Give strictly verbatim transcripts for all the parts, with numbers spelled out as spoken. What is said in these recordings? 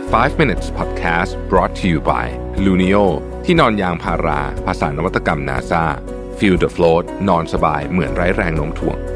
five minutes podcast brought to you by Lunio ที่นอนยางพาราภาษานวัตกรรม NASA Feel the float นอนสบายเหมือนไร้แรงโน้มถ่วง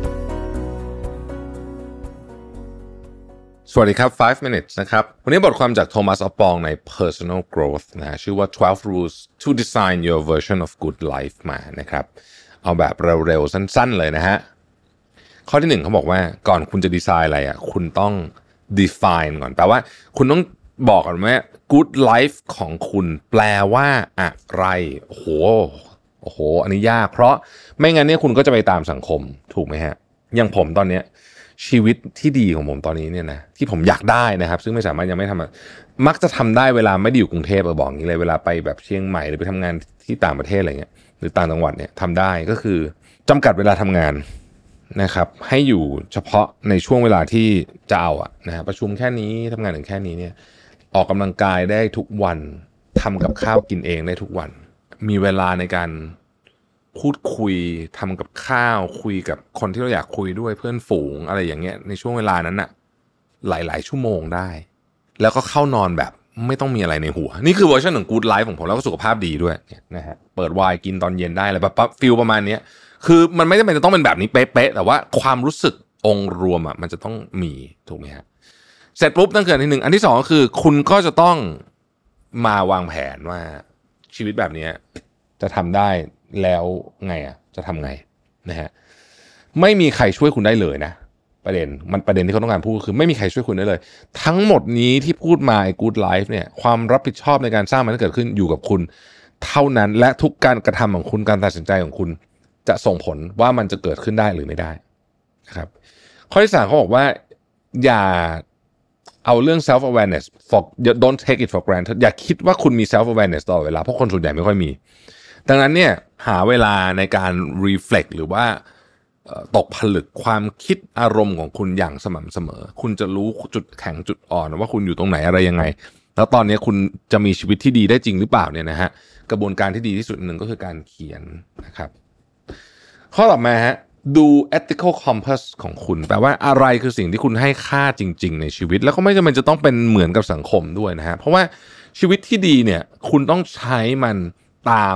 สวัสดีครับfive minutes นะครับวันนี้บทความจากโทมัสอปองใน Personal Growth นะชื่อว่า twelve rules to design your version of good life มานะครับเอาแบบเร็วๆสั้นๆเลยนะฮะข้อที่หนึ่งเขาบอกว่าก่อนคุณจะดีไซน์อะไรอ่ะคุณต้อง define ก่อนแปลว่าคุณต้องบอกก่อนว่า good life ของคุณแปลว่าอะไรโอ้โหโอ้โหอันนี้ยากเพราะไม่งั้นเนี่ยคุณก็จะไปตามสังคมถูกไหมฮะอย่างผมตอนเนี้ยชีวิตที่ดีของผมตอนนี้เนี่ยนะที่ผมอยากได้นะครับซึ่งไม่สามารถยังไม่ทำมักจะทำได้เวลาไม่ได้อยู่กรุงเทพบอกอย่างนี้เลยเวลาไปแบบเชียงใหม่หรือไปทำงานที่ต่างประเทศอะไรเงี้ยหรือต่างจังหวัดเนี่ยทำได้ก็คือจำกัดเวลาทำงานนะครับให้อยู่เฉพาะในช่วงเวลาที่จะเอาอะนะประชุมแค่นี้ทำงานถึงแค่นี้เนี่ยออกกำลังกายได้ทุกวันทำกับข้าวกินเองได้ทุกวันมีเวลาในการพูดคุยทำกับข้าวคุยกับคนที่เราอยากคุยด้วยเพื่อนฝูงอะไรอย่างเงี้ยในช่วงเวลานั้นน่ะหลายๆชั่วโมงได้แล้วก็เข้านอนแบบไม่ต้องมีอะไรในหัวนี่คือเวอร์ชันของ Good Life ของผมแล้วก็สุขภาพดีด้วยนะฮะเปิดไวน์กินตอนเย็นได้อะไรแบบฟิลประมาณนี้คือมันไม่จำเป็นจะต้องเป็นแบบนี้เป๊ะๆแต่ว่าความรู้สึกองค์รวมอ่ะมันจะต้องมีถูกไหมฮะเสร็จปุ๊บนั่นคืออันที่หนึ่งอันที่สองก็คือคุณก็จะต้องมาวางแผนว่าชีวิตแบบนี้จะทำได้แล้วไงอ่ะจะทำไงนะฮะไม่มีใครช่วยคุณได้เลยนะประเด็นมันประเด็นที่เขาต้องการพูดคือไม่มีใครช่วยคุณได้เลยทั้งหมดนี้ที่พูดมาไอ้ Good Life เนี่ยความรับผิดชอบในการสร้างมันให้เกิดขึ้นอยู่กับคุณเท่านั้นและทุกการกระทำของคุณการตัดสินใจของคุณจะส่งผลว่ามันจะเกิดขึ้นได้หรือไม่ได้นะครับข้อที่สามเขาบอกว่าอย่าเอาเรื่อง self awareness for don't take it for granted อย่าคิดว่าคุณมี self awareness ตลอดเวลาเพราะคนส่วนใหญ่ไม่ค่อยมีดังนั้นเนี่ยหาเวลาในการ reflect หรือว่าตกผลึกความคิดอารมณ์ของคุณอย่างสม่ำเสมอคุณจะรู้จุดแข็งจุดอ่อนว่าคุณอยู่ตรงไหนอะไรยังไงแล้วตอนนี้คุณจะมีชีวิตที่ดีได้จริงหรือเปล่าเนี่ยนะฮะกระบวนการที่ดีที่สุดหนึ่งก็คือการเขียนนะครับข้อต่อมาฮะดู ethical compass ของคุณแปลว่าอะไรคือสิ่งที่คุณให้ค่าจริงๆในชีวิตแล้วก็ไม่จำเป็นจะต้องเป็นเหมือนกับสังคมด้วยนะฮะเพราะว่าชีวิตที่ดีเนี่ยคุณต้องใช้มันตาม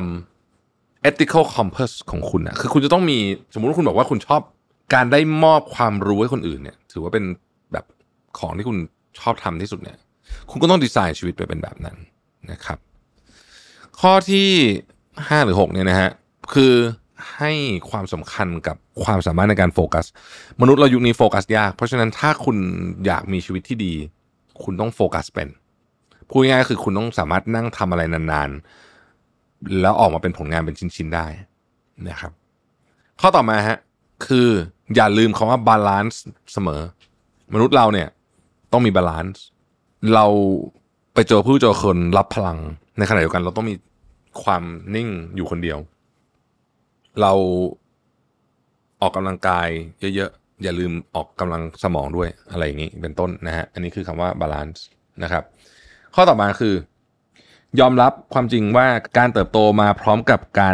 ethical compass ของคุณนะคือคุณจะต้องมีสมมุติว่าคุณบอกว่าคุณชอบการได้มอบความรู้ให้คนอื่นเนี่ยถือว่าเป็นแบบของที่คุณชอบทำที่สุดเนี่ยคุณก็ต้องดีไซน์ชีวิตไปเป็นแบบนั้นนะครับข้อที่ห้าหรือหกเนี่ยนะฮะคือให้ความสำคัญกับความสามารถในการโฟกัสมนุษย์เรายุคนี้โฟกัสยากเพราะฉะนั้นถ้าคุณอยากมีชีวิตที่ดีคุณต้องโฟกัสเป็นพูดง่ายๆคือคุณต้องสามารถนั่งทำอะไรนานๆแล้วออกมาเป็นผลงานเป็นชิ้นๆได้นะครับข้อต่อมาฮะคืออย่าลืมคำว่าบาลานซ์เสมอมนุษย์เราเนี่ยต้องมีบาลานซ์เราไปเจอผู้เจอคนรับพลังในขณะเดียวกันเราต้องมีความนิ่งอยู่คนเดียวเราออกกำลังกายเยอะๆอย่าลืมออกกำลังสมองด้วยอะไรอย่างนี้เป็นต้นนะฮะอันนี้คือคำว่าบาลานซ์นะครับข้อต่อมาคือยอมรับความจริงว่าการเติบโตมาพร้อมกับการ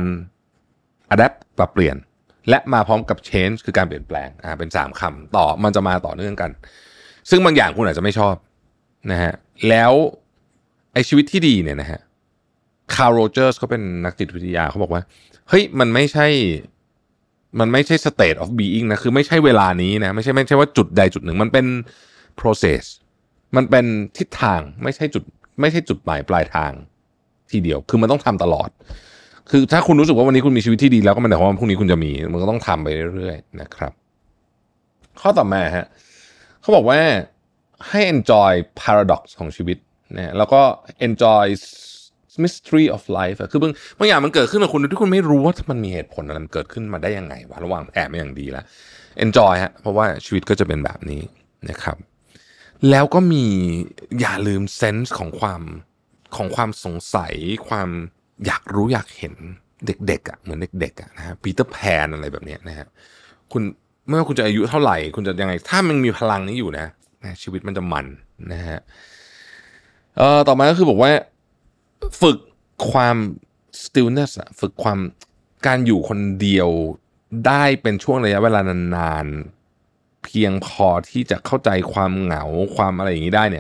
adapt ปรับเปลี่ยนและมาพร้อมกับ change คือการเปลี่ยนแปลงอ่าเป็นสามคำต่อมันจะมาต่อเนื่องกันซึ่งบางอย่างคุณอาจจะไม่ชอบนะฮะแล้วไอชีวิตที่ดีเนี่ยนะฮะคาร์ล โรเจอร์สเขาเป็นนักจิตวิทยาเขาบอกว่าเฮ้ยมันไม่ใช่มันไม่ใช่ state of being นะคือไม่ใช่เวลานี้นะไม่ใช่ไม่ใช่ว่าจุดใดจุดหนึ่งมันเป็น process มันเป็นทิศทางไม่ใช่จุดไม่ใช่จุดหมายปลายทางทีเดียวคือมันต้องทำตลอดคือถ้าคุณรู้สึกว่าวันนี้คุณมีชีวิตที่ดีแล้วก็มันหมายความว่าพรุ่งนี้คุณจะมีมันก็ต้องทำไปเรื่อยๆนะครับข้อต่อมาฮะเขาบอกว่าให้ enjoy paradox ของชีวิตนะแล้วก็ enjoy mystery of life คือบางบางอย่างมันเกิดขึ้นกับคุณที่คุณไม่รู้ว่ามันมีเหตุผลอะไรมันเกิดขึ้นมาได้ยังไงวะระหว่างแอบมาอย่างดีแล้ว enjoy ฮะเพราะว่าชีวิตก็จะเป็นแบบนี้นะครับแล้วก็มีอย่าลืมเซนส์ของความของความสงสัยความอยากรู้อยากเห็นเด็กๆอ่ะเหมือนเด็กๆอ่ะนะฮะปีเตอร์แพนอะไรแบบนี้นะฮะคุณไม่ว่าคุณจะอายุเท่าไหร่คุณจะยังไงถ้ามันมีพลังนี้อยู่นะชีวิตมันจะมันนะฮะเอ่อต่อมาก็คือบอกว่าฝึกความ stillness อ่ะฝึกความการอยู่คนเดียวได้เป็นช่วงระยะเวลานานๆเพียงพอที่จะเข้าใจความเหงาความอะไรอย่างนี้ได้เนี่ยเ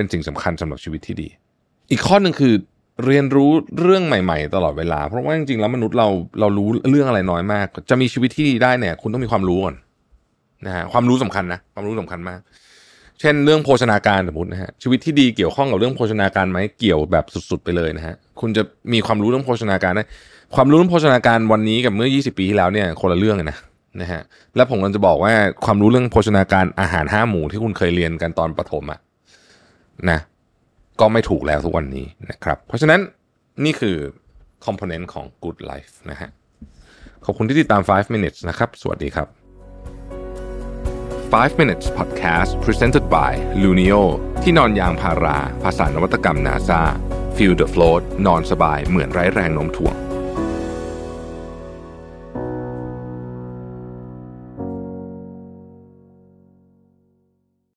เป็นสิ่งสำคัญสำหรับชีวิตที่ดีอีกข้อหนึ่งคือเรียนรู้เรื่องใหม่ๆตลอดเวลาเพราะว่าจริงๆแล้วมนุษย์เราเรารู้เรื่องอะไรน้อยมากจะมีชีวิตที่ดีได้เนี่ยคุณต้องมีความรู้ก่อนนะฮะความรู้สำคัญนะความรู้สำคัญมากเช่นเรื่องโภชนาการสมมตินะฮะชีวิตที่ดีเกี่ยวข้องกับเรื่องโภชนาการไหมเกี่ยวแบบสุดๆไปเลยนะฮะคุณจะมีความรู้เรื่องโภชนาการได้ความรู้เรื่องโภชนาการวันนี้กับเมื่อยี่สิบปีที่แล้วเนี่ยคนละเรื่องเลยนะนะฮะและผมกำลังจะบอกว่าความรู้เรื่องโภชนาการอาหารห้าหมู่ที่คุณเคยเรียนกันตอนประถมอะนะก็ไม่ถูกแล้วทุกวันนี้นะครับเพราะฉะนั้นนี่คือ component ของ Good Life นะฮะขอบคุณที่ติดตามไฟว์ minutes นะครับสวัสดีครับไฟว์ minutes podcast presented by Lunio ที่นอนยางพาราภาษานวัตกรรม NASA Feel the float นอนสบายเหมือนไร้แรงโน้มถ่วง